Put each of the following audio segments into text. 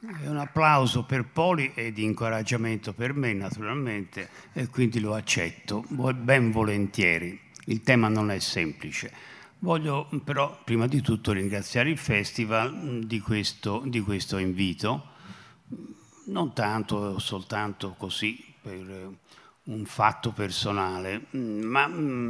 È un applauso per Poli e di incoraggiamento per me, naturalmente, e quindi lo accetto ben volentieri. Il tema non è semplice. Voglio però, prima di tutto, ringraziare il Festival di questo invito, non tanto soltanto così per un fatto personale, ma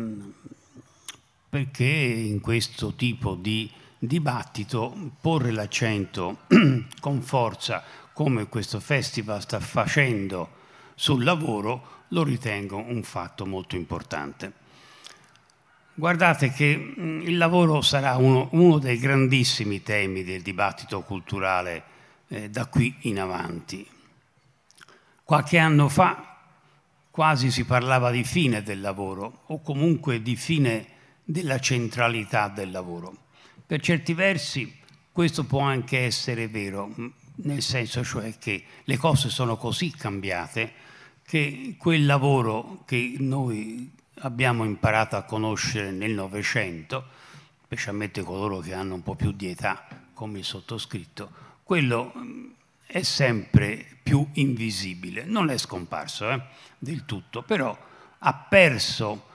perché in questo tipo di dibattito porre l'accento con forza, come questo festival sta facendo, sul lavoro, lo ritengo un fatto molto importante. Guardate che il lavoro sarà uno dei grandissimi temi del dibattito culturale da qui in avanti. Qualche anno fa quasi si parlava di fine del lavoro o comunque di fine della centralità del lavoro. Per certi versi questo può anche essere vero, nel senso cioè che le cose sono così cambiate che quel lavoro che noi abbiamo imparato a conoscere nel Novecento, specialmente coloro che hanno un po' più di età come il sottoscritto, quello è sempre più invisibile. Non è scomparso del tutto, però ha perso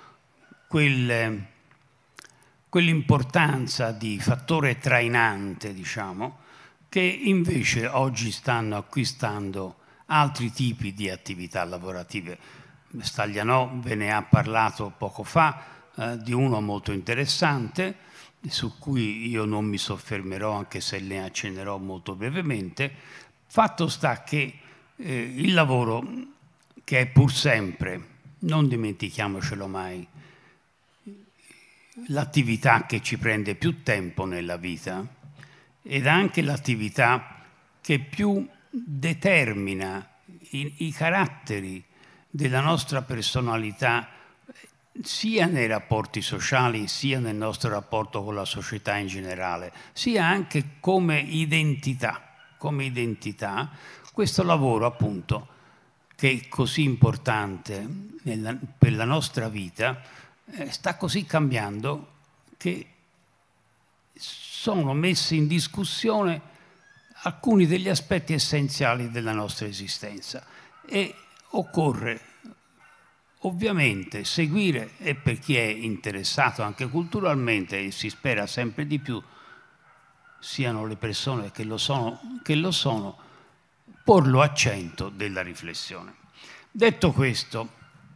quell'importanza di fattore trainante, diciamo, che invece oggi stanno acquistando altri tipi di attività lavorative. Staglianò ve ne ha parlato poco fa, di uno molto interessante, su cui io non mi soffermerò, anche se ne accennerò molto brevemente. Fatto sta che il lavoro, che è pur sempre, non dimentichiamocelo mai, l'attività che ci prende più tempo nella vita ed anche l'attività che più determina i caratteri della nostra personalità, sia nei rapporti sociali, sia nel nostro rapporto con la società in generale, sia anche come identità. Questo lavoro, appunto, che è così importante per la nostra vita, sta così cambiando che sono messi in discussione alcuni degli aspetti essenziali della nostra esistenza e occorre ovviamente seguire, e per chi è interessato anche culturalmente, e si spera sempre di più siano le persone che lo sono, porlo a centro della riflessione. Detto questo,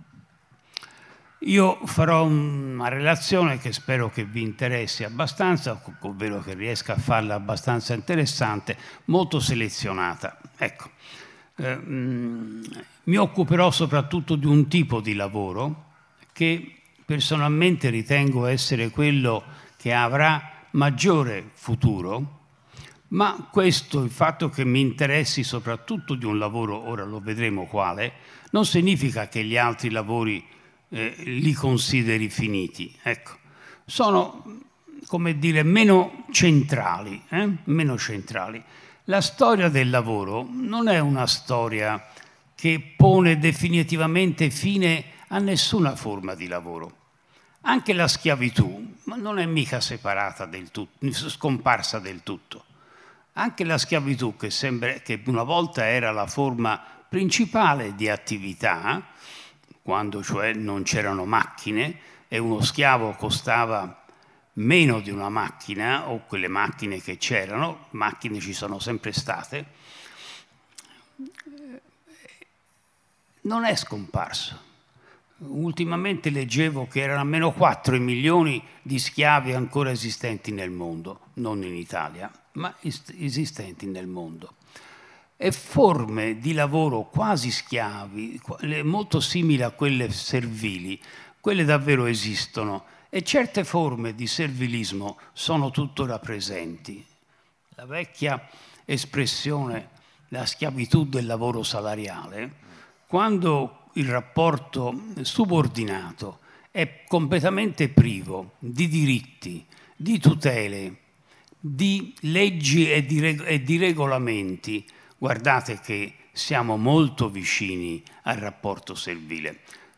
io farò una relazione che spero che vi interessi abbastanza, ovvero che riesca a farla abbastanza interessante, molto selezionata. Ecco, mi occuperò soprattutto di un tipo di lavoro che personalmente ritengo essere quello che avrà maggiore futuro, ma questo, il fatto che mi interessi soprattutto di un lavoro, ora lo vedremo quale, non significa che gli altri lavori li consideri finiti. Ecco, sono, come dire, meno centrali. La storia del lavoro non è una storia che pone definitivamente fine a nessuna forma di lavoro. Anche la schiavitù non è mica separata del tutto, scomparsa del tutto. Anche la schiavitù, che una volta era la forma principale di attività, quando cioè non c'erano macchine e uno schiavo costava meno di una macchina, o quelle macchine che c'erano, macchine ci sono sempre state, non è scomparso. Ultimamente leggevo che erano almeno 4 milioni di schiavi ancora esistenti nel mondo, non in Italia, ma esistenti nel mondo. E forme di lavoro quasi schiavi, molto simili a quelle servili, quelle davvero esistono, e certe forme di servilismo sono tuttora presenti. La vecchia espressione, la schiavitù del lavoro salariale, quando il rapporto subordinato è completamente privo di diritti, di tutele, di leggi e di regolamenti, guardate che siamo molto vicini al rapporto servile.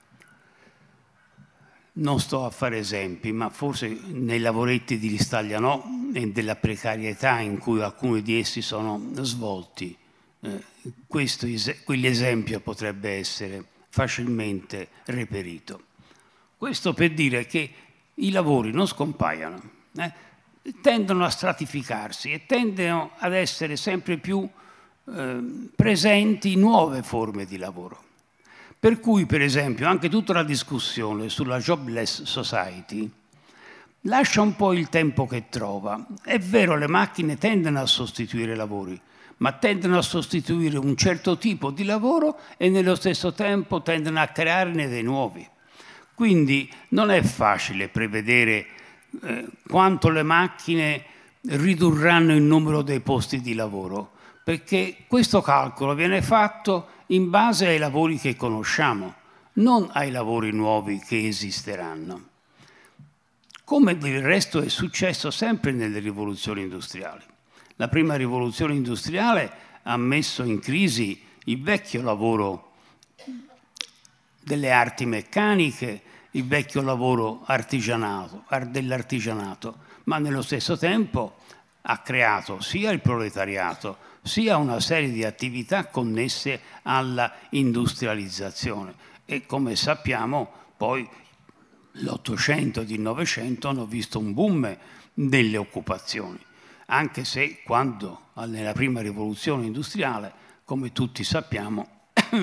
Non sto a fare esempi, ma forse nei lavoretti di Staglianò e della precarietà in cui alcuni di essi sono svolti, quell'esempio potrebbe essere facilmente reperito. Questo per dire che i lavori non scompaiono, tendono a stratificarsi e tendono ad essere sempre più presenti nuove forme di lavoro. Per cui, per esempio, anche tutta la discussione sulla jobless society lascia un po' il tempo che trova. È vero, le macchine tendono a sostituire lavori, ma tendono a sostituire un certo tipo di lavoro e nello stesso tempo tendono a crearne dei nuovi. Quindi non è facile prevedere quanto le macchine ridurranno il numero dei posti di lavoro, perché questo calcolo viene fatto in base ai lavori che conosciamo, non ai lavori nuovi che esisteranno. Come del resto è successo sempre nelle rivoluzioni industriali. La prima rivoluzione industriale ha messo in crisi il vecchio lavoro delle arti meccaniche, il vecchio lavoro dell'artigianato, ma nello stesso tempo ha creato sia il proletariato, sia una serie di attività connesse alla industrializzazione. E come sappiamo, poi l'Ottocento ed il Novecento hanno visto un boom delle occupazioni, anche se quando nella prima rivoluzione industriale, come tutti sappiamo,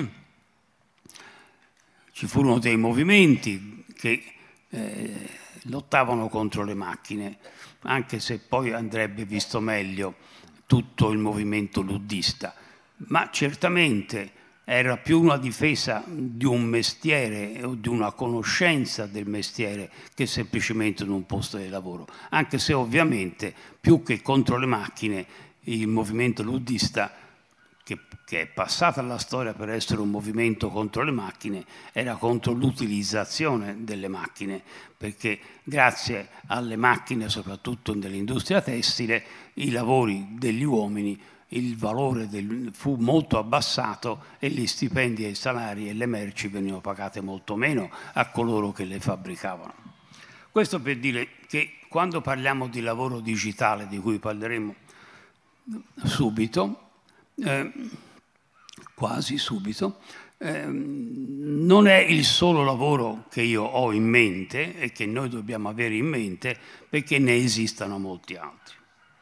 ci furono dei movimenti che lottavano contro le macchine, anche se poi andrebbe visto meglio tutto il movimento luddista, ma certamente era più una difesa di un mestiere o di una conoscenza del mestiere che semplicemente di un posto di lavoro, anche se ovviamente più che contro le macchine il movimento luddista, che è passato alla storia per essere un movimento contro le macchine, era contro l'utilizzazione delle macchine, perché grazie alle macchine, soprattutto nell'industria tessile, i lavori degli uomini, il valore fu molto abbassato e gli stipendi e i salari e le merci venivano pagate molto meno a coloro che le fabbricavano. Questo per dire che quando parliamo di lavoro digitale, di cui parleremo subito, quasi subito, non è il solo lavoro che io ho in mente e che noi dobbiamo avere in mente, perché ne esistano molti altri.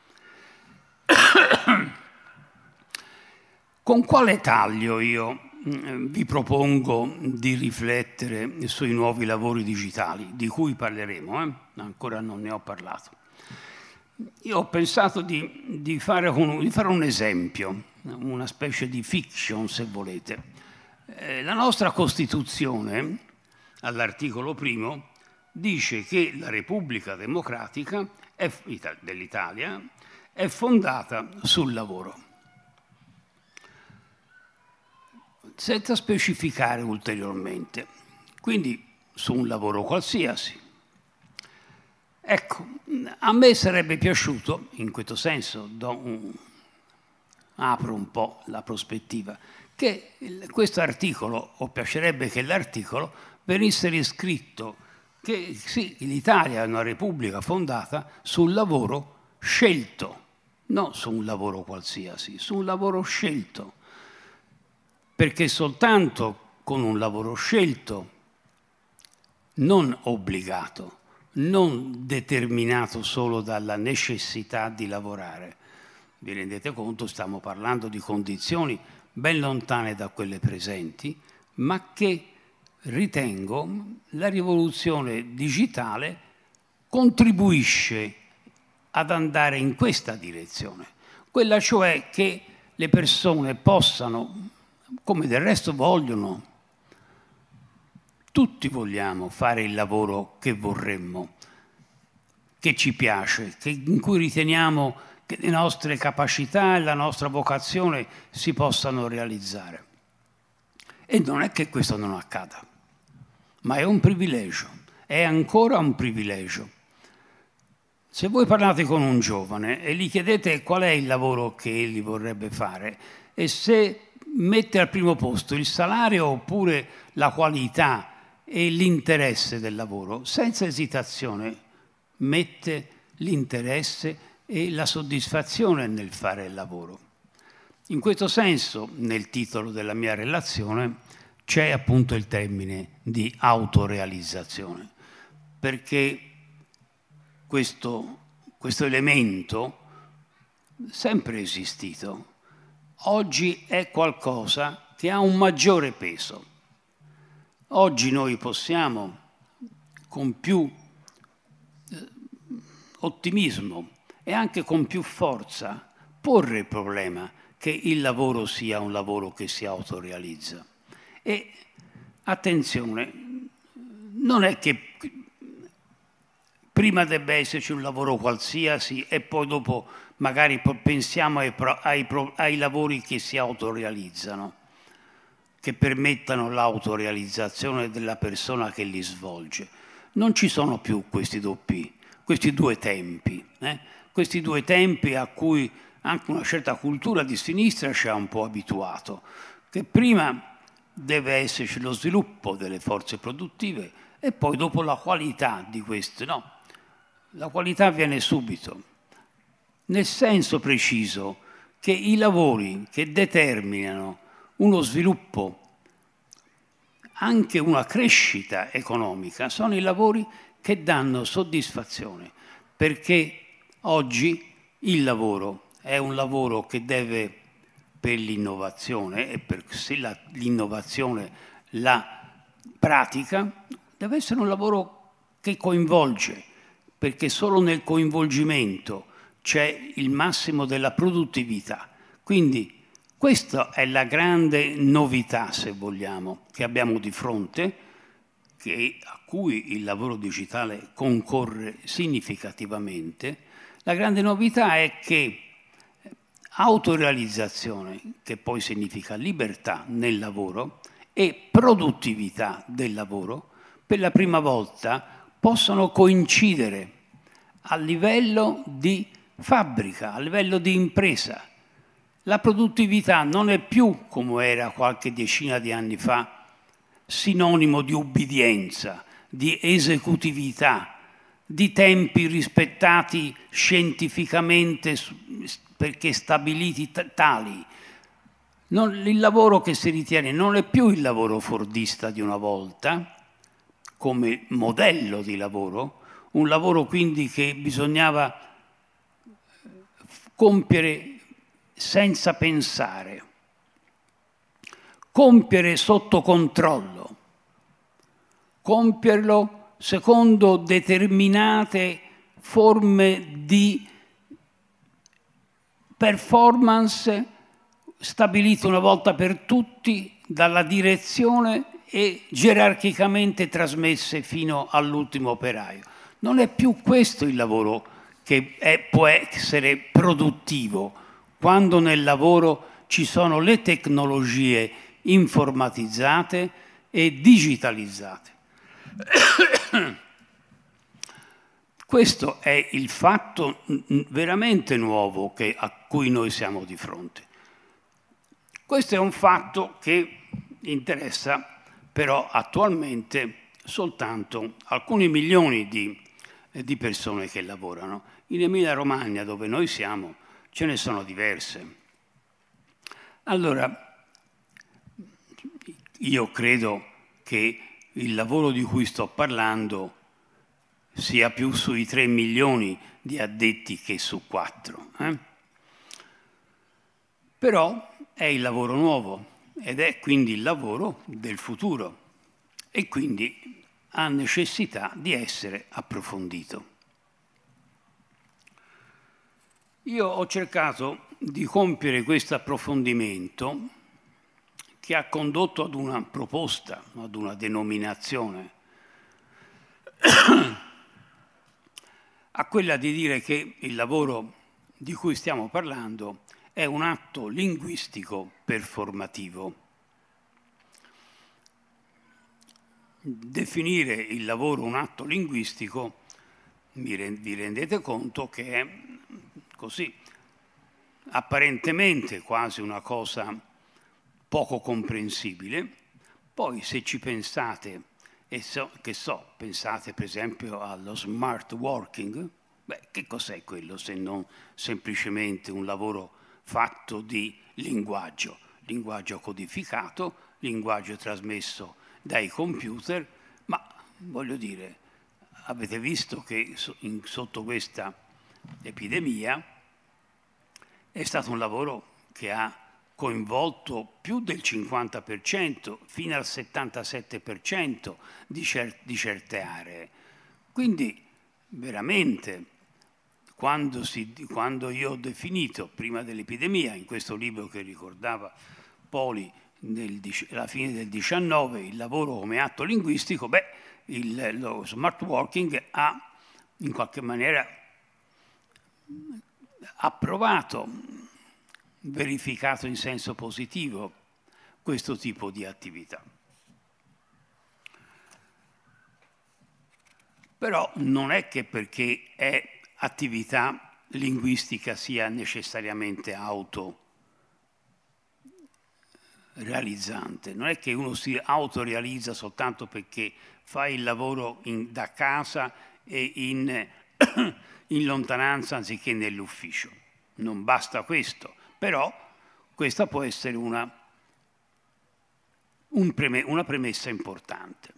Con quale taglio io vi propongo di riflettere sui nuovi lavori digitali, di cui parleremo, ancora non ne ho parlato. Io ho pensato di fare un esempio, una specie di fiction, se volete. La nostra Costituzione, all'articolo 1, dice che la Repubblica Democratica dell'Italia è fondata sul lavoro, senza specificare ulteriormente, quindi su un lavoro qualsiasi. Ecco, a me sarebbe piaciuto, in questo senso apro un po' la prospettiva, che questo articolo, o piacerebbe che l'articolo venisse riscritto che sì, l'Italia è una repubblica fondata sul lavoro scelto, non su un lavoro qualsiasi, su un lavoro scelto, perché soltanto con un lavoro scelto, non obbligato, non determinato solo dalla necessità di lavorare. Vi rendete conto, stiamo parlando di condizioni ben lontane da quelle presenti, ma che ritengo la rivoluzione digitale contribuisce ad andare in questa direzione, quella cioè che le persone possano, come del resto vogliono, tutti vogliamo fare il lavoro che vorremmo, che ci piace, in cui riteniamo che le nostre capacità e la nostra vocazione si possano realizzare. E non è che questo non accada, ma è un privilegio, è ancora un privilegio. Se voi parlate con un giovane e gli chiedete qual è il lavoro che egli vorrebbe fare e se mette al primo posto il salario oppure la qualità e l'interesse del lavoro, senza esitazione mette l'interesse e la soddisfazione nel fare il lavoro. In questo senso, nel titolo della mia relazione, c'è appunto il termine di autorealizzazione, perché questo elemento sempre esistito. Oggi è qualcosa che ha un maggiore peso. Oggi noi possiamo, con più ottimismo e anche con più forza, porre il problema che il lavoro sia un lavoro che si autorealizza. E attenzione, non è che prima debba esserci un lavoro qualsiasi e poi dopo magari pensiamo ai lavori che si autorealizzano, che permettano l'autorealizzazione della persona che li svolge. Non ci sono più questi due tempi, questi due tempi a cui anche una certa cultura di sinistra ci ha un po' abituato, che prima deve esserci lo sviluppo delle forze produttive e poi dopo la qualità di queste. No, la qualità viene subito, nel senso preciso che i lavori che determinano uno sviluppo, anche una crescita economica, sono i lavori che danno soddisfazione, perché oggi il lavoro è un lavoro che deve, per l'innovazione e per se l'innovazione la pratica, deve essere un lavoro che coinvolge, perché solo nel coinvolgimento c'è il massimo della produttività. Quindi questa è la grande novità, se vogliamo, che abbiamo di fronte, a cui il lavoro digitale concorre significativamente. La grande novità è che autorealizzazione, che poi significa libertà nel lavoro, e produttività del lavoro, per la prima volta possono coincidere a livello di fabbrica, a livello di impresa. La produttività non è più, come era qualche decina di anni fa, sinonimo di ubbidienza, di esecutività, di tempi rispettati scientificamente perché stabiliti tali. Il lavoro che si ritiene non è più il lavoro fordista di una volta, come modello di lavoro, un lavoro quindi che bisognava compiere senza pensare, compiere sotto controllo, compierlo secondo determinate forme di performance stabilite una volta per tutti dalla direzione e gerarchicamente trasmesse fino all'ultimo operaio. Non è più questo il lavoro che può essere produttivo, quando nel lavoro ci sono le tecnologie informatizzate e digitalizzate. Questo è il fatto veramente nuovo a cui noi siamo di fronte. Questo è un fatto che interessa però attualmente soltanto alcuni milioni di persone che lavorano. In Emilia-Romagna, dove noi siamo, ce ne sono diverse. Allora, io credo che il lavoro di cui sto parlando sia più sui 3 milioni di addetti che su 4. Però è il lavoro nuovo ed è quindi il lavoro del futuro e quindi ha necessità di essere approfondito. Io ho cercato di compiere questo approfondimento che ha condotto ad una proposta, ad una denominazione, a quella di dire che il lavoro di cui stiamo parlando è un atto linguistico performativo. Definire il lavoro un atto linguistico, vi rendete conto che è così, apparentemente quasi una cosa poco comprensibile. Poi se ci pensate, pensate per esempio allo smart working, che cos'è quello se non semplicemente un lavoro fatto di linguaggio codificato, linguaggio trasmesso dai computer, ma voglio dire, avete visto che sotto questa epidemia è stato un lavoro che ha coinvolto più del 50%, fino al 77% di certe aree. Quindi veramente, quando io ho definito, prima dell'epidemia, in questo libro che ricordava Poli, alla fine del 19, il lavoro come atto linguistico, lo smart working ha in qualche maniera approvato, verificato in senso positivo questo tipo di attività. Però non è che perché è attività linguistica sia necessariamente autorealizzante. Non è che uno si autorealizza soltanto perché fa il lavoro da casa e in lontananza anziché nell'ufficio. Non basta questo, però questa può essere una premessa importante.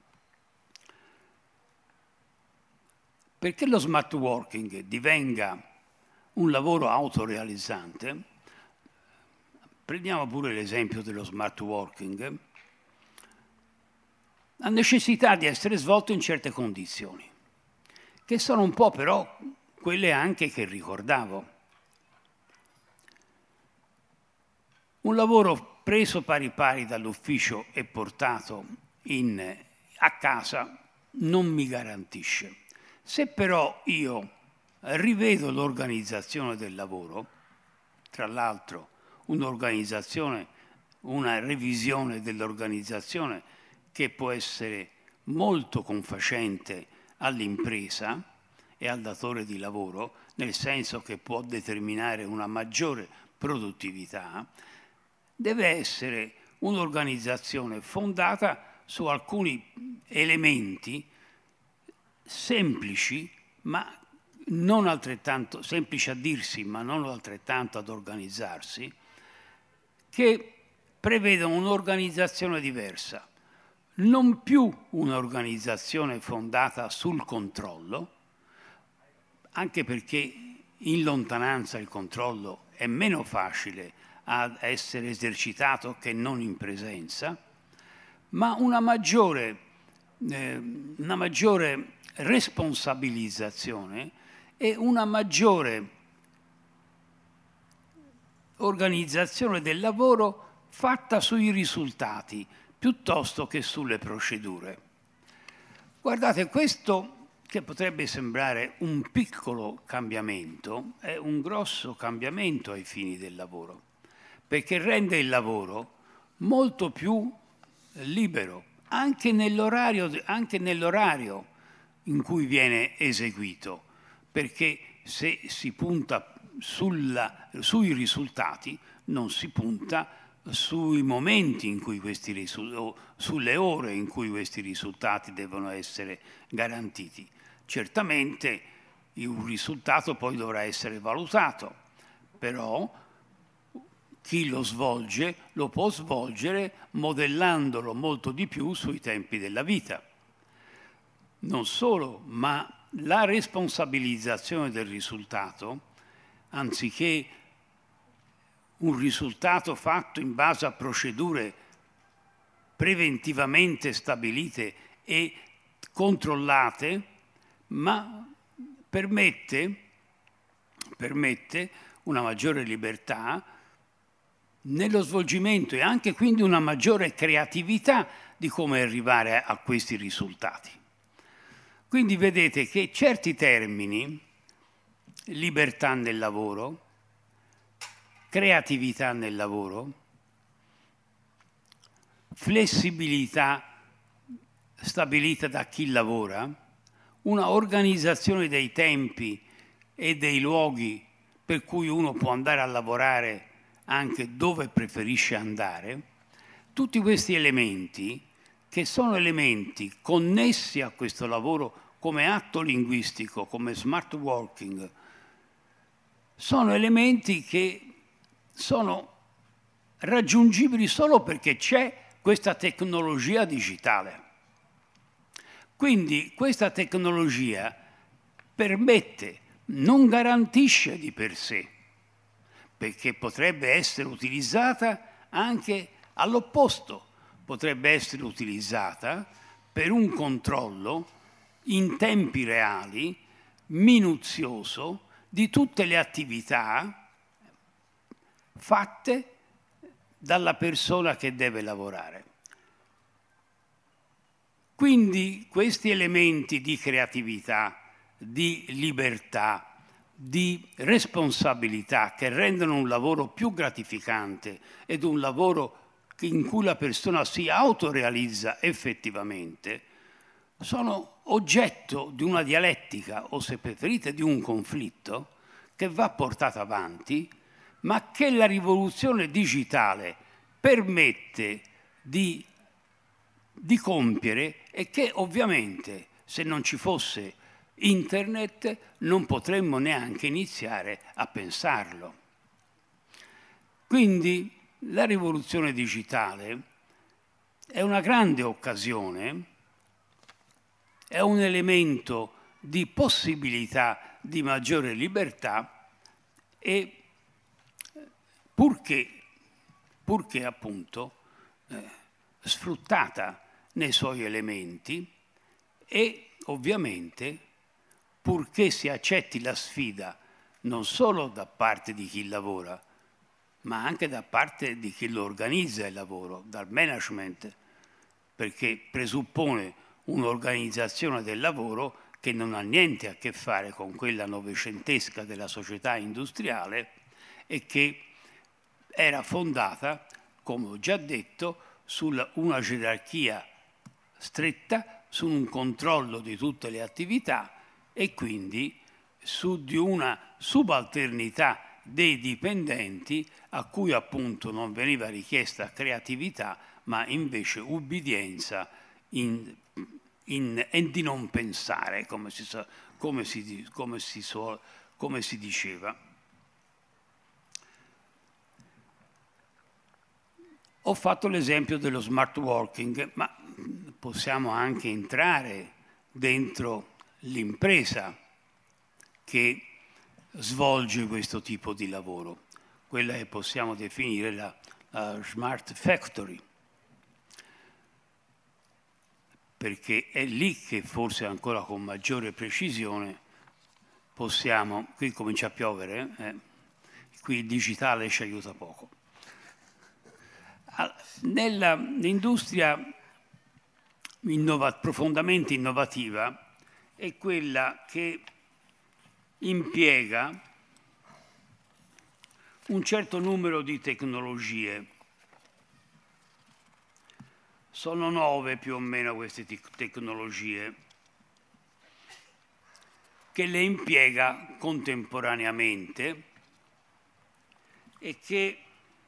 Perché lo smart working divenga un lavoro autorealizzante, prendiamo pure l'esempio dello smart working, ha necessità di essere svolto in certe condizioni, che sono un po' però quelle anche che ricordavo. Un lavoro preso pari pari dall'ufficio e portato a casa non mi garantisce. Se però io rivedo l'organizzazione del lavoro, tra l'altro una revisione dell'organizzazione che può essere molto confacente all'impresa e al datore di lavoro, nel senso che può determinare una maggiore produttività, deve essere un'organizzazione fondata su alcuni elementi semplici, ma non altrettanto semplici a dirsi, ma non altrettanto ad organizzarsi, che prevedono un'organizzazione diversa, non più un'organizzazione fondata sul controllo, anche perché in lontananza il controllo è meno facile ad essere esercitato che non in presenza, ma una maggiore responsabilizzazione e una maggiore organizzazione del lavoro fatta sui risultati piuttosto che sulle procedure. Guardate, questo che potrebbe sembrare un piccolo cambiamento è un grosso cambiamento ai fini del lavoro, perché rende il lavoro molto più libero, anche nell'orario in cui viene eseguito, perché se si punta sui risultati non si punta sui momenti in cui sulle ore in cui questi risultati devono essere garantiti. Certamente un risultato poi dovrà essere valutato, però chi lo svolge lo può svolgere modellandolo molto di più sui tempi della vita. Non solo, ma la responsabilizzazione del risultato, anziché un risultato fatto in base a procedure preventivamente stabilite e controllate, ma permette una maggiore libertà nello svolgimento e anche quindi una maggiore creatività di come arrivare a questi risultati. Quindi vedete che certi termini, libertà nel lavoro, creatività nel lavoro, flessibilità stabilita da chi lavora, una organizzazione dei tempi e dei luoghi per cui uno può andare a lavorare anche dove preferisce andare, tutti questi elementi, che sono elementi connessi a questo lavoro come atto linguistico, come smart working, sono elementi che sono raggiungibili solo perché c'è questa tecnologia digitale. Quindi questa tecnologia permette, non garantisce di per sé, perché potrebbe essere utilizzata anche all'opposto, potrebbe essere utilizzata per un controllo in tempi reali, minuzioso, di tutte le attività fatte dalla persona che deve lavorare. Quindi questi elementi di creatività, di libertà, di responsabilità che rendono un lavoro più gratificante ed un lavoro in cui la persona si autorealizza effettivamente, sono oggetto di una dialettica, o se preferite di un conflitto, che va portato avanti, ma che la rivoluzione digitale permette di compiere e che ovviamente se non ci fosse internet non potremmo neanche iniziare a pensarlo. Quindi la rivoluzione digitale è una grande occasione, è un elemento di possibilità di maggiore libertà e purché appunto sfruttata nei suoi elementi e ovviamente purché si accetti la sfida non solo da parte di chi lavora, ma anche da parte di chi lo organizza il lavoro, dal management, perché presuppone un'organizzazione del lavoro che non ha niente a che fare con quella novecentesca della società industriale e che era fondata, come ho già detto, su una gerarchia stretta, su un controllo di tutte le attività e quindi su di una subalternità dei dipendenti a cui appunto non veniva richiesta creatività, ma invece ubbidienza e di non pensare, come si diceva. Ho fatto l'esempio dello smart working, ma possiamo anche entrare dentro l'impresa che svolge questo tipo di lavoro, quella che possiamo definire la smart factory, perché è lì che forse ancora con maggiore precisione possiamo, qui comincia a piovere, qui il digitale ci aiuta poco. Nell'industria profondamente innovativa è quella che impiega un certo numero di tecnologie. Sono 9 più o meno queste tecnologie che le impiega contemporaneamente e che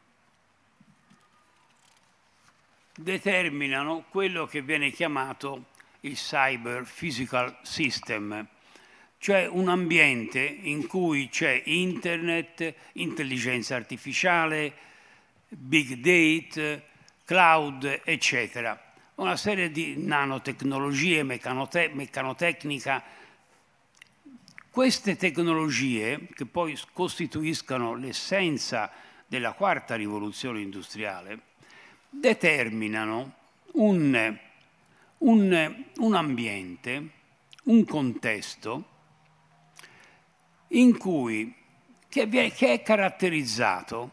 determinano quello che viene chiamato il cyber physical system, cioè un ambiente in cui c'è internet, intelligenza artificiale, big data, cloud, eccetera. Una serie di nanotecnologie, meccanotecnica. Queste tecnologie, che poi costituiscono l'essenza della quarta rivoluzione industriale, determinano un ambiente, un contesto in cui, che è caratterizzato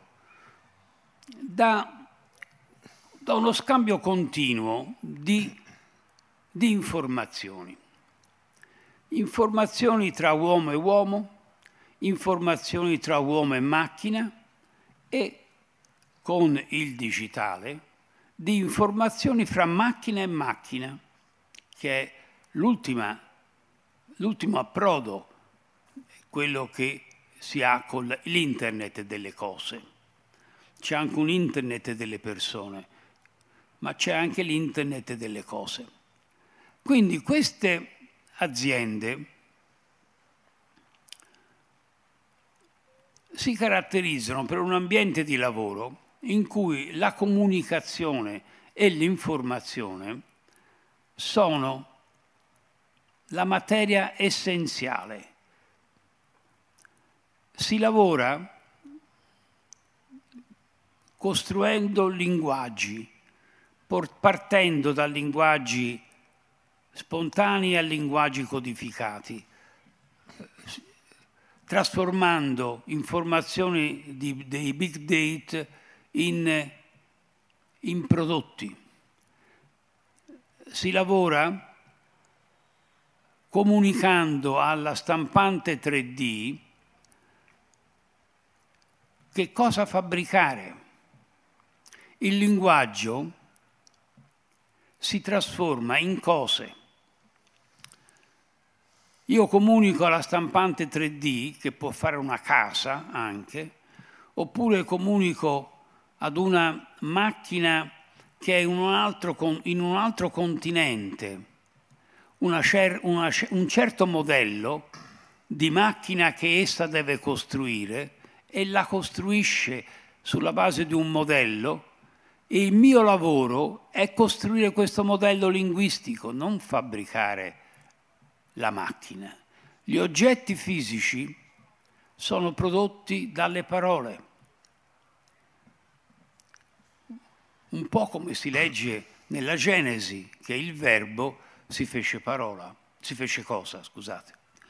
da uno scambio continuo di informazioni. Informazioni tra uomo e uomo, informazioni tra uomo e macchina e con il digitale di informazioni fra macchina e macchina, che è l'ultimo approdo, quello che si ha con l'internet delle cose. C'è anche un internet delle persone, ma c'è anche l'internet delle cose. Quindi queste aziende si caratterizzano per un ambiente di lavoro in cui la comunicazione e l'informazione sono la materia essenziale. Si lavora costruendo linguaggi, partendo da linguaggi spontanei a linguaggi codificati, trasformando informazioni dei big data in prodotti. Si lavora comunicando alla stampante 3D che cosa fabbricare. Il linguaggio si trasforma in cose. Io comunico alla stampante 3D, che può fare una casa anche, oppure comunico ad una macchina che è in un altro continente, un certo modello di macchina che essa deve costruire, e la costruisce sulla base di un modello, e il mio lavoro è costruire questo modello linguistico, non fabbricare la macchina. Gli oggetti fisici sono prodotti dalle parole. Un po' come si legge nella Genesi, che il verbo si fece parola, si fece cosa, scusate.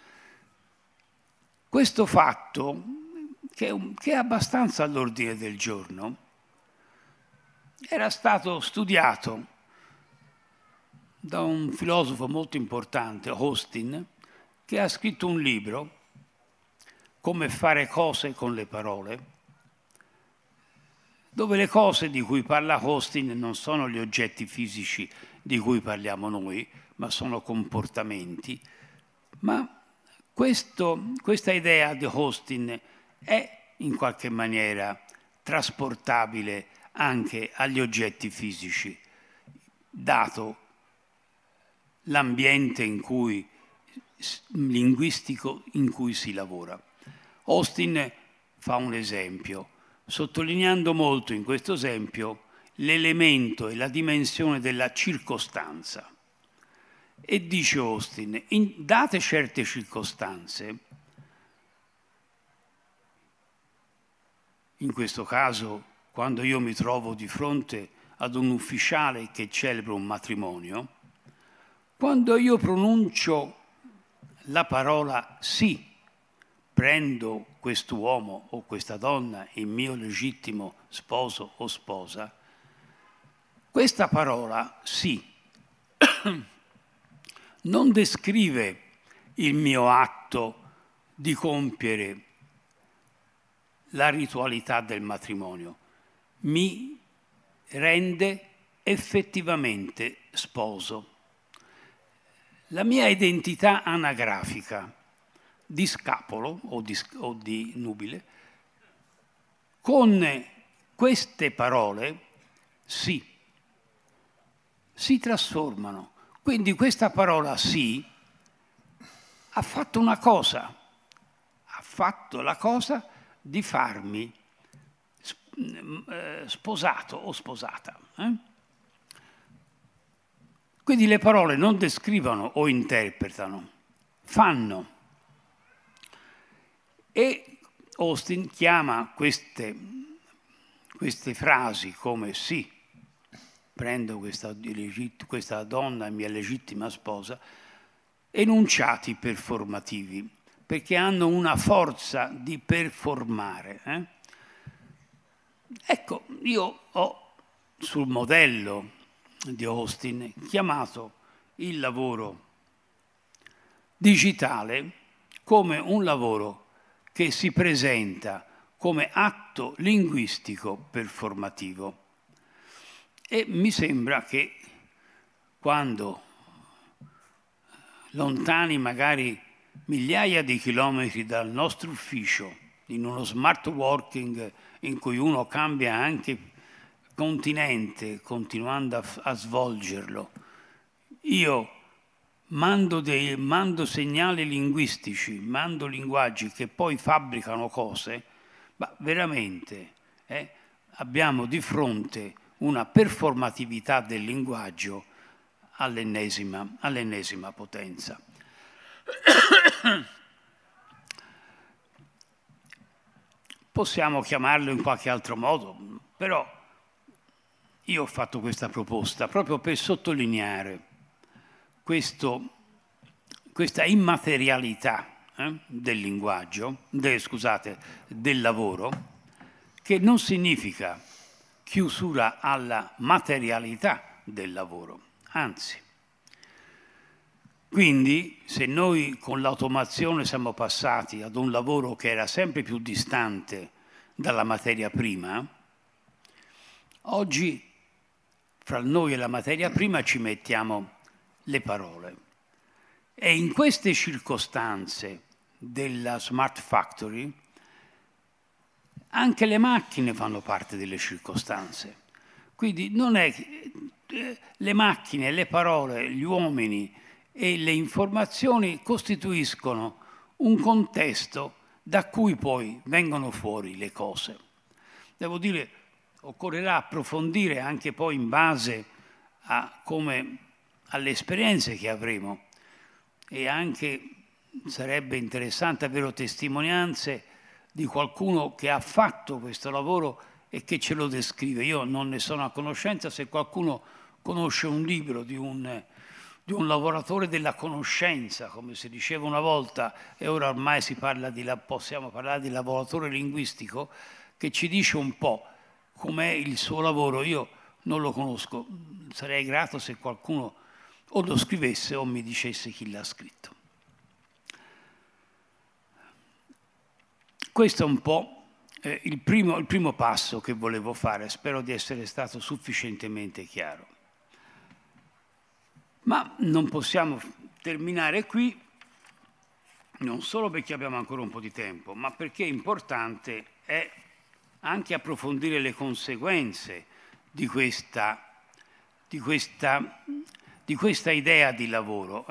Questo fatto, che è abbastanza all'ordine del giorno, era stato studiato da un filosofo molto importante, Austin, che ha scritto un libro, Come fare cose con le parole, dove le cose di cui parla Austin non sono gli oggetti fisici di cui parliamo noi, ma sono comportamenti. Ma questa idea di Austin è in qualche maniera trasportabile anche agli oggetti fisici, dato l'ambiente linguistico in cui si lavora. Austin fa un esempio, sottolineando molto in questo esempio l'elemento e la dimensione della circostanza. E dice Austin, date certe circostanze, in questo caso quando io mi trovo di fronte ad un ufficiale che celebra un matrimonio, quando io pronuncio la parola sì, prendo quest'uomo o questa donna in mio legittimo sposo o sposa, questa parola sì non descrive il mio atto di compiere la ritualità del matrimonio, mi rende effettivamente sposo. La mia identità anagrafica di scapolo o di nubile, con queste parole sì, si trasformano. Quindi questa parola sì ha fatto una cosa, ha fatto la cosa di farmi sposato o sposata. Quindi le parole non descrivono o interpretano, fanno. E Austin chiama queste frasi come sì, prendo questa donna, mia legittima sposa, enunciati performativi, perché hanno una forza di performare. Ecco, io ho sul modello di Austin chiamato il lavoro digitale come un lavoro che si presenta come atto linguistico performativo. E mi sembra che quando lontani magari migliaia di chilometri dal nostro ufficio, in uno smart working in cui uno cambia anche continente continuando a svolgerlo, io mando segnali linguistici, mando linguaggi che poi fabbricano cose, Ma veramente abbiamo di fronte una performatività del linguaggio all'ennesima potenza. Possiamo chiamarlo in qualche altro modo, però io ho fatto questa proposta proprio per sottolineare questa immaterialità del linguaggio, del lavoro, che non significa chiusura alla materialità del lavoro, anzi. Quindi, se noi con l'automazione siamo passati ad un lavoro che era sempre più distante dalla materia prima, oggi fra noi e la materia prima ci mettiamo le parole. E in queste circostanze della Smart Factory anche le macchine fanno parte delle circostanze. Quindi non è le macchine, le parole, gli uomini e le informazioni costituiscono un contesto da cui poi vengono fuori le cose. Devo dire, occorrerà approfondire anche poi in base alle esperienze che avremo, e anche sarebbe interessante avere testimonianze di qualcuno che ha fatto questo lavoro e che ce lo descrive. Io non ne sono a conoscenza. Se qualcuno conosce un libro di un lavoratore della conoscenza, come si diceva una volta, e ora ormai possiamo parlare di lavoratore linguistico, che ci dice un po' com'è il suo lavoro, io non lo conosco. Sarei grato se qualcuno o lo scrivesse o mi dicesse chi l'ha scritto. Questo è un po' il primo passo che volevo fare. Spero di essere stato sufficientemente chiaro. Ma non possiamo terminare qui, non solo perché abbiamo ancora un po' di tempo, ma perché importante è anche approfondire le conseguenze di questa idea di lavoro,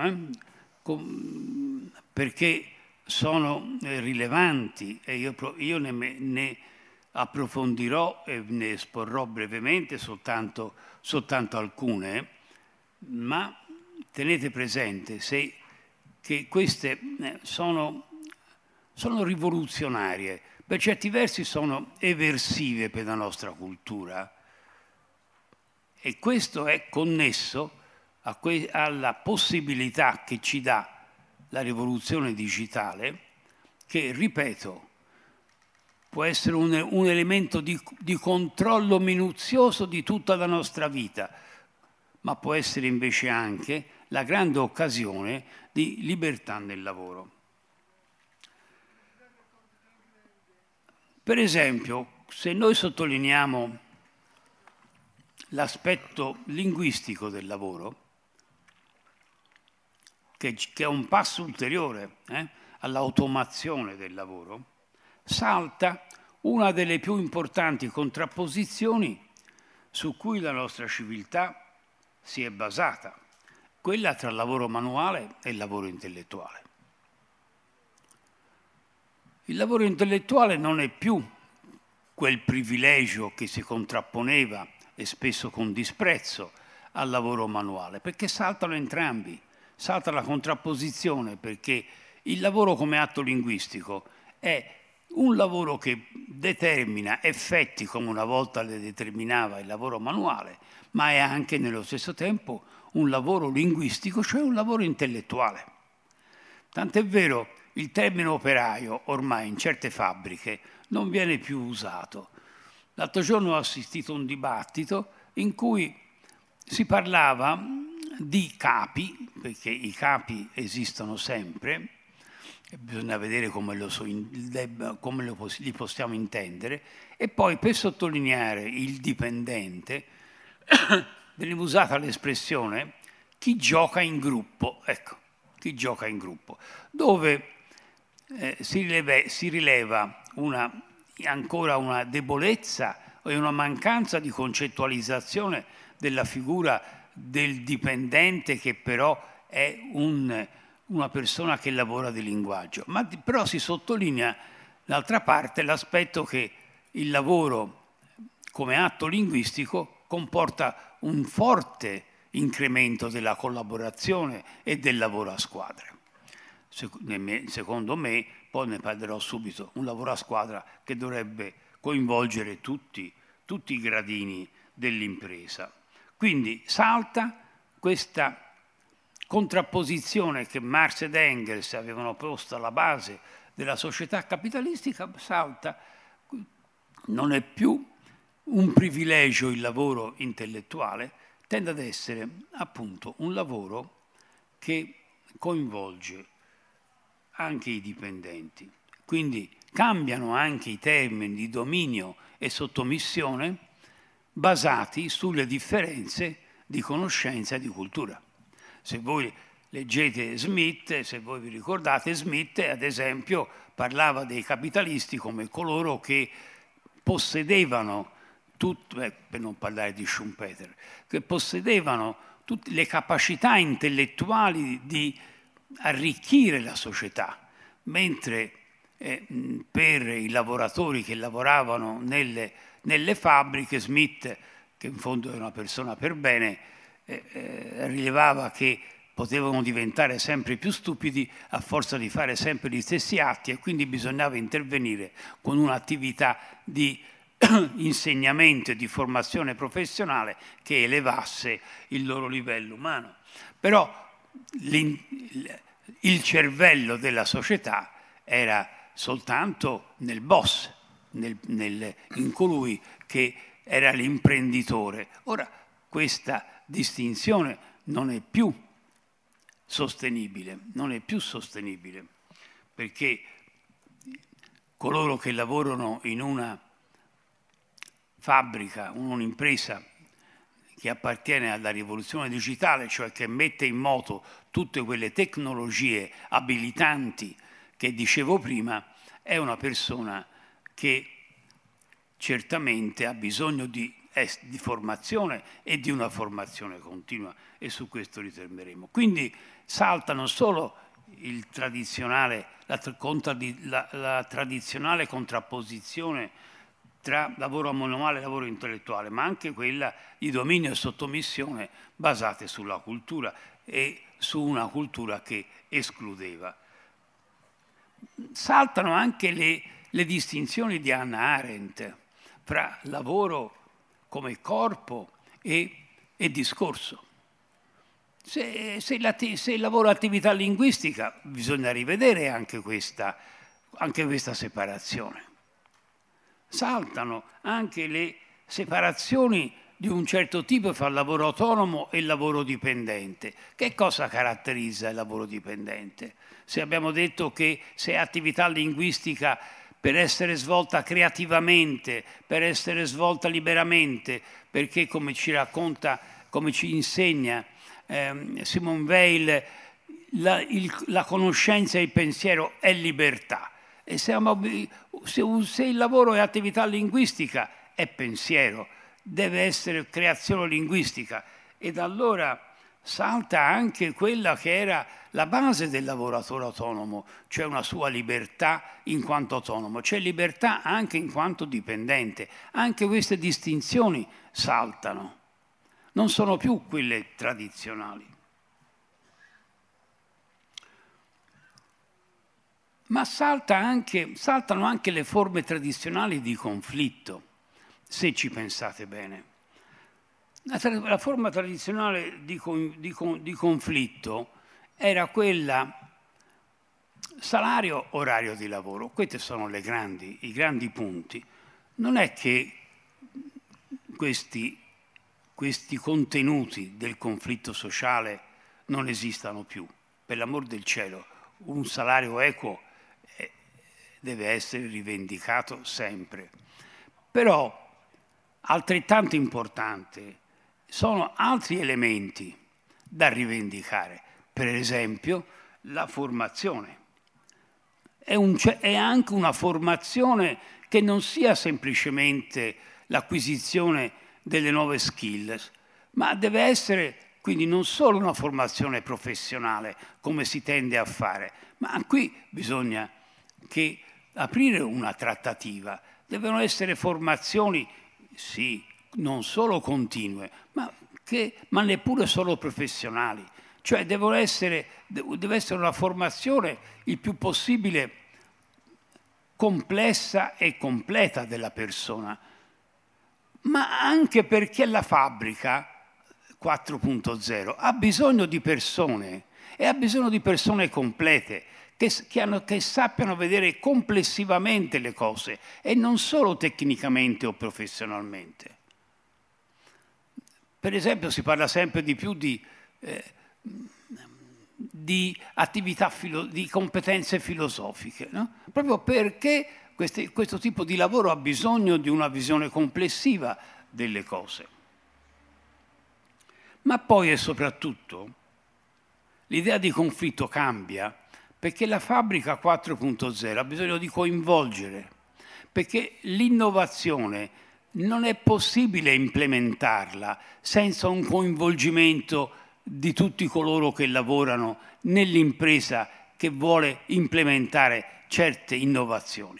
perché sono rilevanti, e io ne approfondirò e ne esporrò brevemente soltanto alcune, ma tenete presente che queste sono rivoluzionarie, per certi versi sono eversive per la nostra cultura, e questo è connesso alla possibilità che ci dà la rivoluzione digitale, che, ripeto, può essere un elemento di controllo minuzioso di tutta la nostra vita, ma può essere invece anche la grande occasione di libertà nel lavoro. Per esempio, se noi sottolineiamo l'aspetto linguistico del lavoro, che è un passo ulteriore all'automazione del lavoro, salta una delle più importanti contrapposizioni su cui la nostra civiltà si è basata, quella tra il lavoro manuale e il lavoro intellettuale. Il lavoro intellettuale non è più quel privilegio che si contrapponeva, e spesso con disprezzo, al lavoro manuale, perché saltano entrambi, salta la contrapposizione, perché il lavoro come atto linguistico è un lavoro che determina effetti come una volta le determinava il lavoro manuale, ma è anche nello stesso tempo un lavoro linguistico, cioè un lavoro intellettuale. Tant'è vero, il termine operaio ormai in certe fabbriche non viene più usato. L'altro giorno ho assistito a un dibattito in cui si parlava di capi, perché i capi esistono sempre, e bisogna vedere come li possiamo intendere, e poi per sottolineare il dipendente veniva usata l'espressione chi gioca in gruppo, ecco, chi gioca in gruppo, dove si rileva ancora una debolezza e una mancanza di concettualizzazione della figura del dipendente, che però è una persona che lavora di linguaggio, ma però si sottolinea D'altra parte l'aspetto che il lavoro come atto linguistico comporta un forte incremento della collaborazione e del lavoro a squadra. Secondo me, poi ne parlerò subito, un lavoro a squadra che dovrebbe coinvolgere tutti i gradini dell'impresa. Quindi salta questa contrapposizione che Marx ed Engels avevano posto alla base della società capitalistica, salta, non è più un privilegio il lavoro intellettuale, tende ad essere appunto un lavoro che coinvolge anche i dipendenti. Quindi cambiano anche i termini di dominio e sottomissione basati sulle differenze di conoscenza e di cultura. Se voi leggete Smith, se voi vi ricordate, Smith ad esempio parlava dei capitalisti come coloro che possedevano per non parlare di Schumpeter, che possedevano tutte le capacità intellettuali di arricchire la società, mentre per i lavoratori che lavoravano nelle fabbriche, Smith, che in fondo è una persona per bene, rilevava che potevano diventare sempre più stupidi a forza di fare sempre gli stessi atti e quindi bisognava intervenire con un'attività di insegnamento e di formazione professionale che elevasse il loro livello umano. Però il cervello della società era soltanto nel boss, in colui che era l'imprenditore. Ora questa distinzione non è più sostenibile, perché coloro che lavorano in una fabbrica, un'impresa che appartiene alla rivoluzione digitale, cioè che mette in moto tutte quelle tecnologie abilitanti che dicevo prima, è una persona che certamente ha bisogno di formazione e di una formazione continua, e su questo ritorneremo. Quindi salta non solo la tradizionale contrapposizione tra lavoro manuale e lavoro intellettuale, ma anche quella di dominio e sottomissione basate sulla cultura e su una cultura che escludeva. Saltano anche le distinzioni di Hannah Arendt fra lavoro come corpo e discorso. Se il lavoro è attività linguistica, bisogna rivedere anche questa separazione. Saltano anche le separazioni di un certo tipo fra il lavoro autonomo e il lavoro dipendente. Che cosa caratterizza il lavoro dipendente? Se abbiamo detto che se è attività linguistica per essere svolta creativamente, per essere svolta liberamente, perché come ci racconta, come ci insegna Simone Weil, la conoscenza e il pensiero è libertà. E se il lavoro è attività linguistica, è pensiero, deve essere creazione linguistica. Ed allora salta anche quella che era la base del lavoratore autonomo, cioè una sua libertà in quanto autonomo, c'è libertà anche in quanto dipendente. Anche queste distinzioni saltano, non sono più quelle tradizionali. Ma saltano anche le forme tradizionali di conflitto, se ci pensate bene. La forma tradizionale di conflitto era quella salario, orario di lavoro. Questi sono i grandi punti. Non è che questi contenuti del conflitto sociale non esistano più. Per l'amor del cielo, un salario equo deve essere rivendicato sempre. Però altrettanto importante sono altri elementi da rivendicare, per esempio la formazione. È anche una formazione che non sia semplicemente l'acquisizione delle nuove skills, ma deve essere quindi non solo una formazione professionale, come si tende a fare, ma qui bisogna che aprire una trattativa. Devono essere formazioni, sì, non solo continue, ma neppure solo professionali. Cioè deve essere una formazione il più possibile complessa e completa della persona, ma anche perché la fabbrica 4.0 ha bisogno di persone e ha bisogno di persone complete che sappiano vedere complessivamente le cose e non solo tecnicamente o professionalmente. Per esempio si parla sempre di più di attività, di competenze filosofiche, no? Proprio perché questo tipo di lavoro ha bisogno di una visione complessiva delle cose. Ma poi e soprattutto l'idea di conflitto cambia perché la fabbrica 4.0 ha bisogno di coinvolgere, perché l'innovazione non è possibile implementarla senza un coinvolgimento di tutti coloro che lavorano nell'impresa che vuole implementare certe innovazioni.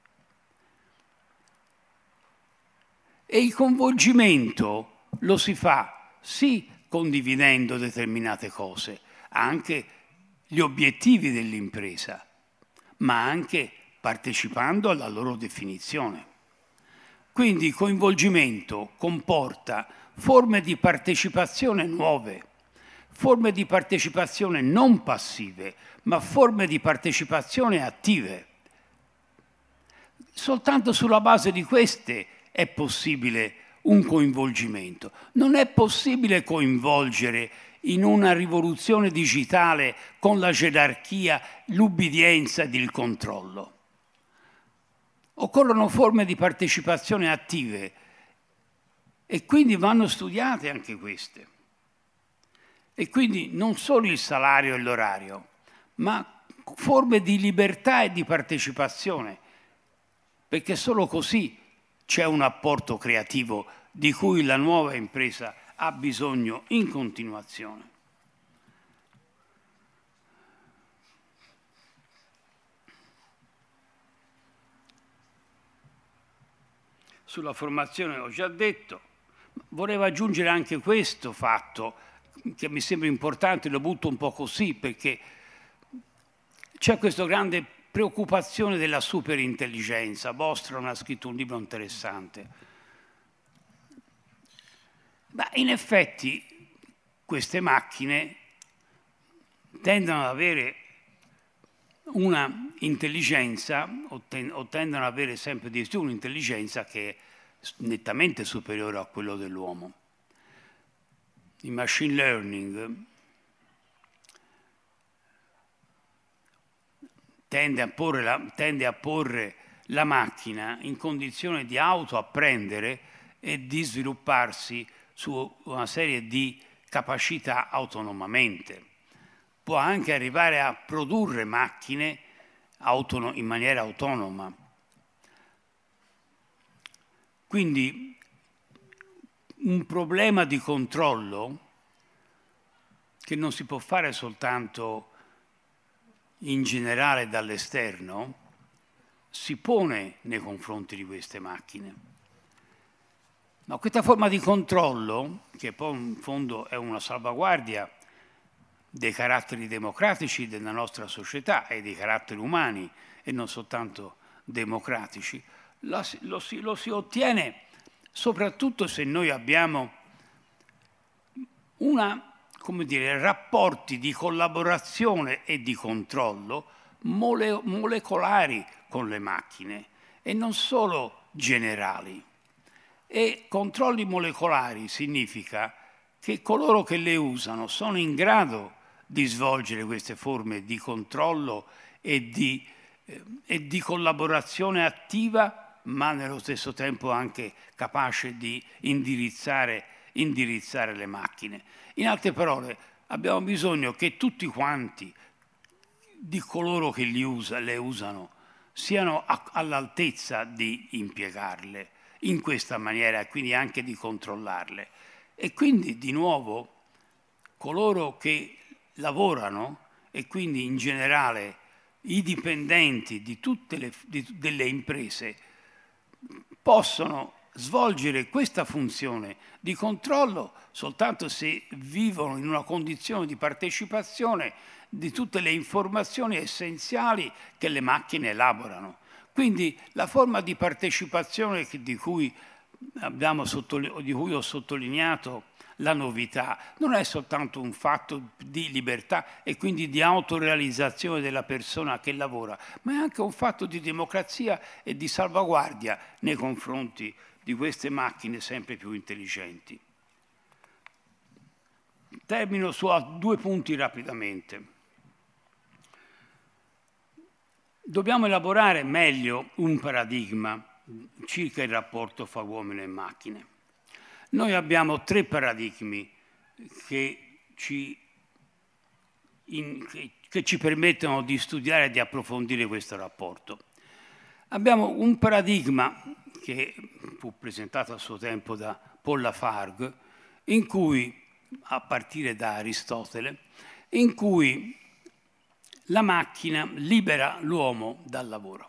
E il coinvolgimento lo si fa sì condividendo determinate cose, anche gli obiettivi dell'impresa, ma anche partecipando alla loro definizione. Quindi il coinvolgimento comporta forme di partecipazione nuove, forme di partecipazione non passive, ma forme di partecipazione attive. Soltanto sulla base di queste è possibile un coinvolgimento. Non è possibile coinvolgere in una rivoluzione digitale con la gerarchia, l'ubbidienza ed il controllo. Occorrono forme di partecipazione attive e quindi vanno studiate anche queste. E quindi non solo il salario e l'orario, ma forme di libertà e di partecipazione, perché solo così c'è un apporto creativo di cui la nuova impresa ha bisogno in continuazione. Sulla formazione ho già detto, volevo aggiungere anche questo fatto che mi sembra importante, lo butto un po' così perché c'è questa grande preoccupazione della superintelligenza. Bostrom ha scritto un libro interessante. Ma in effetti queste macchine tendono ad avere una intelligenza o tendono ad avere sempre di più un'intelligenza che è nettamente superiore a quello dell'uomo. Il machine learning tende a porre la macchina in condizione di autoapprendere e di svilupparsi su una serie di capacità autonomamente. Può anche arrivare a produrre macchine in maniera autonoma. Quindi un problema di controllo che non si può fare soltanto in generale dall'esterno, si pone nei confronti di queste macchine. Ma questa forma di controllo, che poi in fondo è una salvaguardia dei caratteri democratici della nostra società e dei caratteri umani e non soltanto democratici, lo si ottiene soprattutto se noi abbiamo rapporti di collaborazione e di controllo molecolari con le macchine e non solo generali. E controlli molecolari significa che coloro che le usano sono in grado di svolgere queste forme di controllo e di collaborazione attiva, ma nello stesso tempo anche capace di indirizzare le macchine. In altre parole, abbiamo bisogno che tutti quanti di coloro che le usano siano all'altezza di impiegarle in questa maniera e quindi anche di controllarle. E quindi di nuovo coloro che lavorano e quindi in generale i dipendenti di tutte delle imprese possono svolgere questa funzione di controllo soltanto se vivono in una condizione di partecipazione di tutte le informazioni essenziali che le macchine elaborano. Quindi la forma di partecipazione di cui ho sottolineato la novità non è soltanto un fatto di libertà e quindi di autorealizzazione della persona che lavora, ma è anche un fatto di democrazia e di salvaguardia nei confronti di queste macchine sempre più intelligenti. Termino su 2 punti rapidamente. Dobbiamo elaborare meglio un paradigma circa il rapporto fra uomo e macchine. Noi abbiamo 3 paradigmi che ci permettono di studiare e di approfondire questo rapporto. Abbiamo un paradigma che fu presentato a suo tempo da Paul Lafargue, in cui, a partire da Aristotele, in cui la macchina libera l'uomo dal lavoro.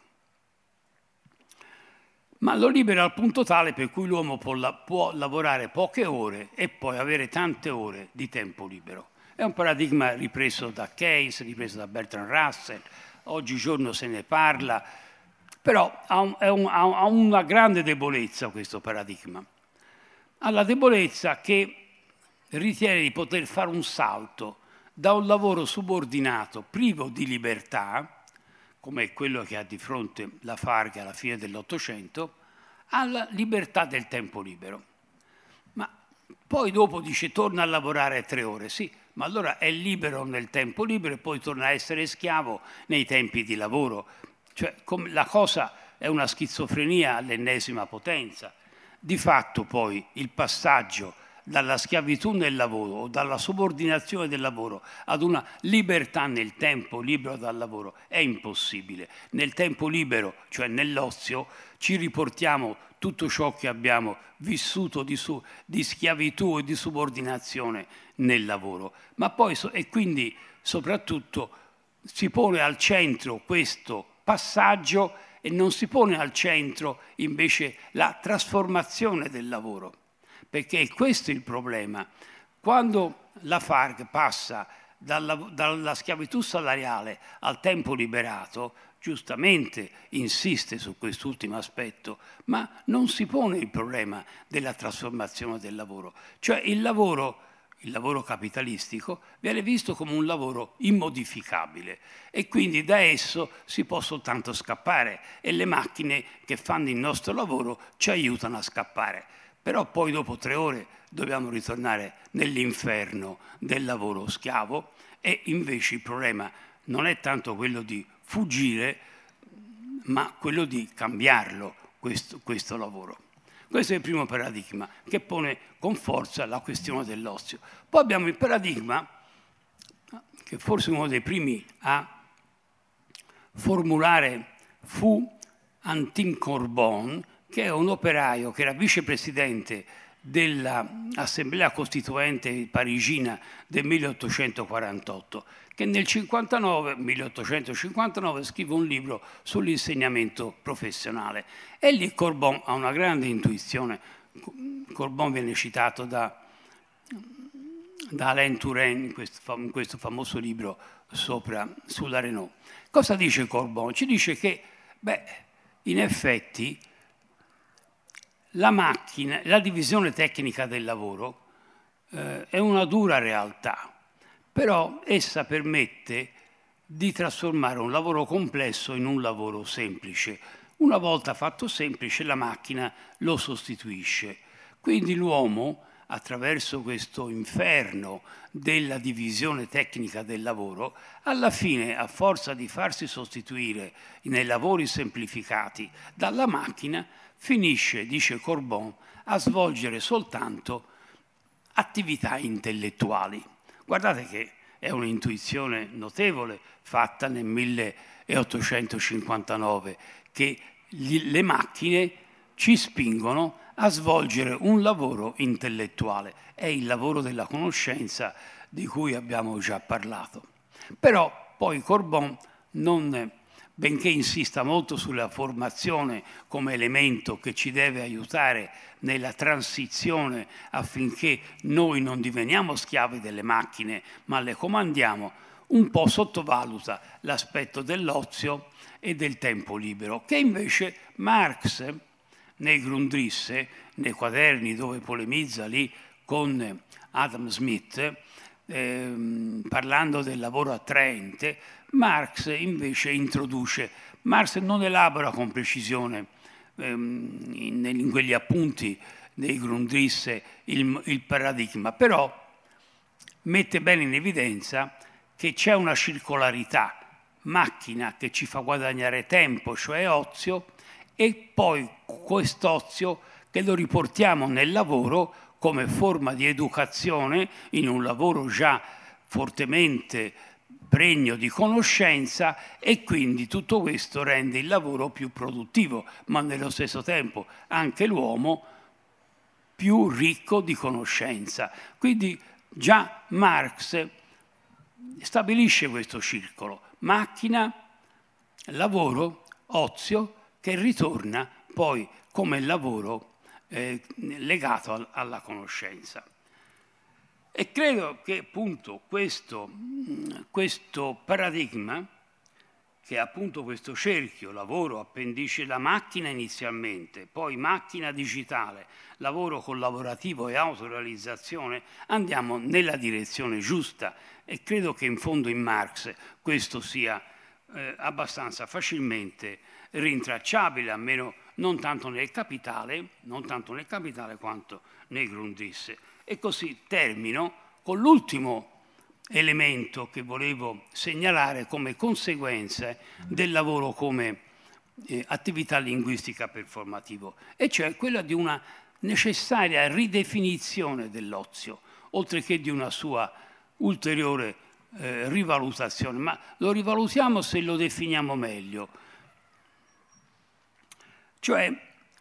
Ma lo libera al punto tale per cui l'uomo può lavorare poche ore e poi avere tante ore di tempo libero. È un paradigma ripreso da Keynes, ripreso da Bertrand Russell, oggigiorno se ne parla, però ha una grande debolezza questo paradigma. Ha la debolezza che ritiene di poter fare un salto da un lavoro subordinato, privo di libertà, come quello che ha di fronte Lafargue alla fine dell'Ottocento, alla libertà del tempo libero. Ma poi dopo dice torna a lavorare 3 ore, sì, ma allora è libero nel tempo libero e poi torna a essere schiavo nei tempi di lavoro. Cioè la cosa è una schizofrenia all'ennesima potenza. Di fatto poi il passaggio dalla schiavitù nel lavoro o dalla subordinazione del lavoro ad una libertà nel tempo libero dal lavoro è impossibile. Nel tempo libero, cioè nell'ozio, ci riportiamo tutto ciò che abbiamo vissuto di schiavitù e di subordinazione nel lavoro. Ma poi, e quindi soprattutto si pone al centro questo passaggio e non si pone al centro invece la trasformazione del lavoro. Perché questo è il problema. Quando Lafargue passa dalla schiavitù salariale al tempo liberato, giustamente insiste su quest'ultimo aspetto, ma non si pone il problema della trasformazione del lavoro. Cioè il lavoro capitalistico viene visto come un lavoro immodificabile e quindi da esso si può soltanto scappare e le macchine che fanno il nostro lavoro ci aiutano a scappare. Però poi dopo 3 ore dobbiamo ritornare nell'inferno del lavoro schiavo e invece il problema non è tanto quello di fuggire, ma quello di cambiarlo, questo lavoro. Questo è il primo paradigma che pone con forza la questione dell'ozio. Poi abbiamo il paradigma, che forse uno dei primi a formulare fu Antin Corbon, che è un operaio che era vicepresidente dell'Assemblea Costituente parigina del 1848, che nel 1859 scrive un libro sull'insegnamento professionale. E lì Corbon ha una grande intuizione. Corbon viene citato da Alain Touraine in questo famoso libro sulla Renault. Cosa dice Corbon? Ci dice che, in effetti, la macchina, la divisione tecnica del lavoro è una dura realtà, però essa permette di trasformare un lavoro complesso in un lavoro semplice. Una volta fatto semplice, la macchina lo sostituisce. Quindi l'uomo, attraverso questo inferno della divisione tecnica del lavoro, alla fine, a forza di farsi sostituire nei lavori semplificati dalla macchina, finisce, dice Corbon, a svolgere soltanto attività intellettuali. Guardate che è un'intuizione notevole fatta nel 1859, che le macchine ci spingono a svolgere un lavoro intellettuale. È il lavoro della conoscenza di cui abbiamo già parlato. Però poi Corbon benché insista molto sulla formazione come elemento che ci deve aiutare nella transizione affinché noi non diveniamo schiavi delle macchine ma le comandiamo, un po' sottovaluta l'aspetto dell'ozio e del tempo libero, che invece Marx nei Grundrisse, nei quaderni dove polemizza lì con Adam Smith, parlando del lavoro attraente, Marx invece introduce, Marx non elabora con precisione in quegli appunti dei Grundrisse il paradigma, però mette bene in evidenza che c'è una circolarità, macchina che ci fa guadagnare tempo, cioè ozio, e poi quest'ozio che lo riportiamo nel lavoro come forma di educazione in un lavoro già fortemente pregno di conoscenza, e quindi tutto questo rende il lavoro più produttivo, ma nello stesso tempo anche l'uomo più ricco di conoscenza. Quindi già Marx stabilisce questo circolo, macchina, lavoro, ozio, che ritorna poi come lavoro legato alla conoscenza. E credo che appunto questo paradigma, che è appunto questo cerchio, lavoro, appendice la macchina inizialmente, poi macchina digitale, lavoro collaborativo e autorealizzazione, andiamo nella direzione giusta, e credo che in fondo in Marx questo sia abbastanza facilmente rintracciabile, almeno non tanto nel Capitale quanto nei Grundrisse. E così termino con l'ultimo elemento che volevo segnalare come conseguenze del lavoro come attività linguistica performativo, e cioè quella di una necessaria ridefinizione dell'ozio, oltre che di una sua ulteriore rivalutazione, ma lo rivalutiamo se lo definiamo meglio. Cioè,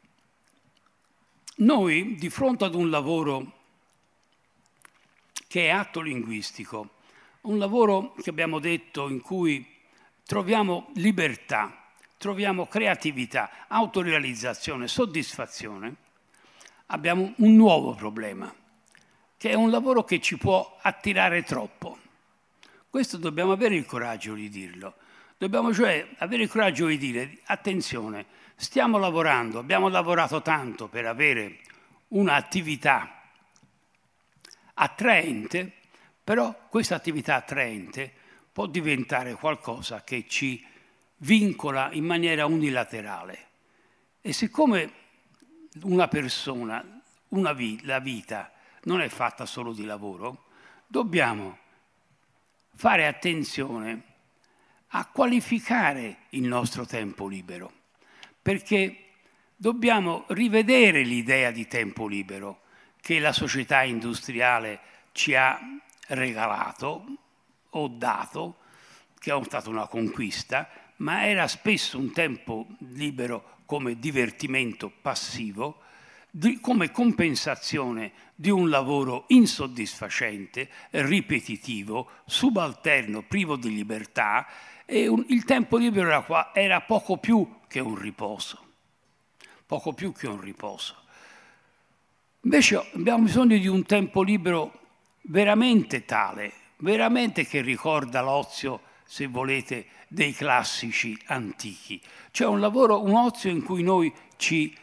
noi di fronte ad un lavoro che è atto linguistico, un lavoro che abbiamo detto in cui troviamo libertà, troviamo creatività, autorealizzazione, soddisfazione, abbiamo un nuovo problema, che è un lavoro che ci può attirare troppo. Questo dobbiamo avere il coraggio di dirlo. Dobbiamo cioè avere il coraggio di dire: attenzione, stiamo lavorando, abbiamo lavorato tanto per avere un'attività attraente, però questa attività attraente può diventare qualcosa che ci vincola in maniera unilaterale. E siccome una persona, la vita non è fatta solo di lavoro, dobbiamo fare attenzione a qualificare il nostro tempo libero, perché dobbiamo rivedere l'idea di tempo libero che la società industriale ci ha regalato o dato, che è stata una conquista, ma era spesso un tempo libero come divertimento passivo, come compensazione di un lavoro insoddisfacente, ripetitivo, subalterno, privo di libertà, e il tempo libero era poco più che un riposo. Poco più che un riposo. Invece abbiamo bisogno di un tempo libero veramente tale, veramente che ricorda l'ozio, se volete, dei classici antichi. Cioè un ozio in cui noi ci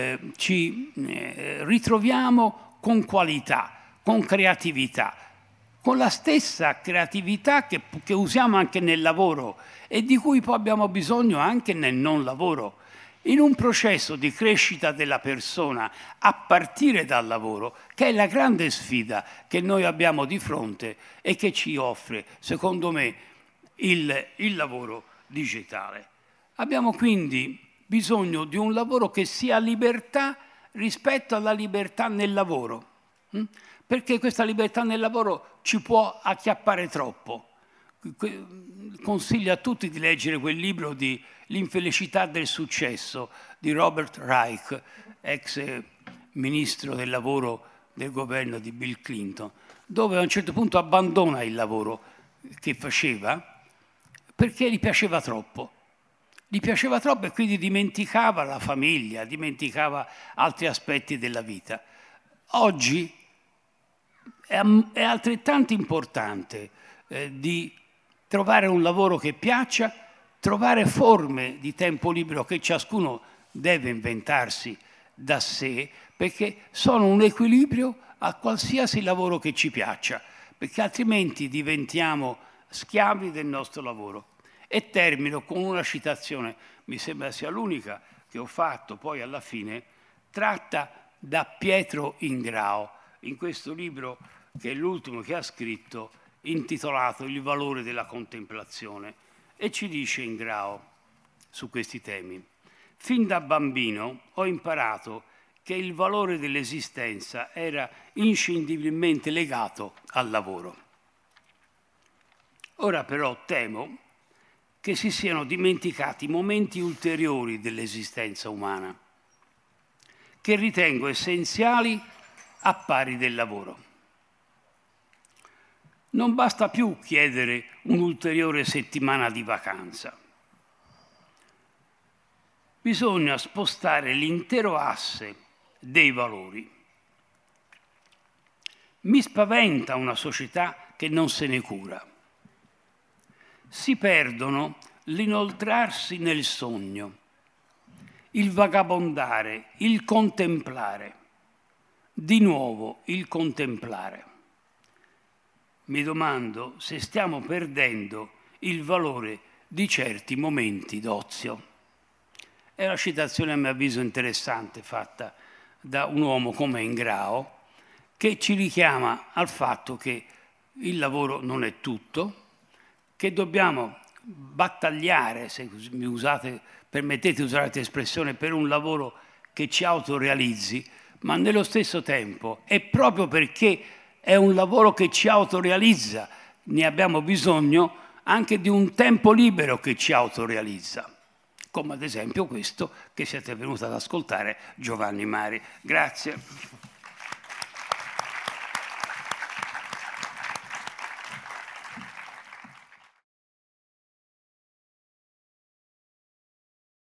ritroviamo con qualità, con creatività, con la stessa creatività che usiamo anche nel lavoro e di cui poi abbiamo bisogno anche nel non lavoro. In un processo di crescita della persona a partire dal lavoro, che è la grande sfida che noi abbiamo di fronte e che ci offre, secondo me, il lavoro digitale. Abbiamo quindi bisogno di un lavoro che sia libertà rispetto alla libertà nel lavoro, perché questa libertà nel lavoro ci può acchiappare troppo. Consiglio a tutti di leggere quel libro di L'infelicità del successo di Robert Reich, ex ministro del lavoro del governo di Bill Clinton, dove a un certo punto abbandona il lavoro che faceva perché gli piaceva troppo. Gli piaceva troppo e quindi dimenticava la famiglia, dimenticava altri aspetti della vita. Oggi è altrettanto importante di trovare un lavoro che piaccia, trovare forme di tempo libero che ciascuno deve inventarsi da sé, perché sono un equilibrio a qualsiasi lavoro che ci piaccia, perché altrimenti diventiamo schiavi del nostro lavoro. E termino con una citazione, mi sembra sia l'unica che ho fatto poi alla fine, tratta da Pietro Ingrao, in questo libro che è l'ultimo che ha scritto, intitolato Il valore della contemplazione. E ci dice Ingrao su questi temi: fin da bambino ho imparato che il valore dell'esistenza era inscindibilmente legato al lavoro. Ora però temo che si siano dimenticati momenti ulteriori dell'esistenza umana, che ritengo essenziali a pari del lavoro. Non basta più chiedere un'ulteriore settimana di vacanza. Bisogna spostare l'intero asse dei valori. Mi spaventa una società che non se ne cura. Si perdono l'inoltrarsi nel sogno, il vagabondare, il contemplare, di nuovo il contemplare. Mi domando se stiamo perdendo il valore di certi momenti d'ozio. È una citazione a mio avviso interessante fatta da un uomo come Ingrao, che ci richiama al fatto che il lavoro non è tutto, che dobbiamo battagliare, se mi permettete di usare questa espressione, per un lavoro che ci autorealizzi, ma nello stesso tempo è proprio perché è un lavoro che ci autorealizza, ne abbiamo bisogno anche di un tempo libero che ci autorealizza, come ad esempio questo che siete venuti ad ascoltare, Giovanni Mari. Grazie.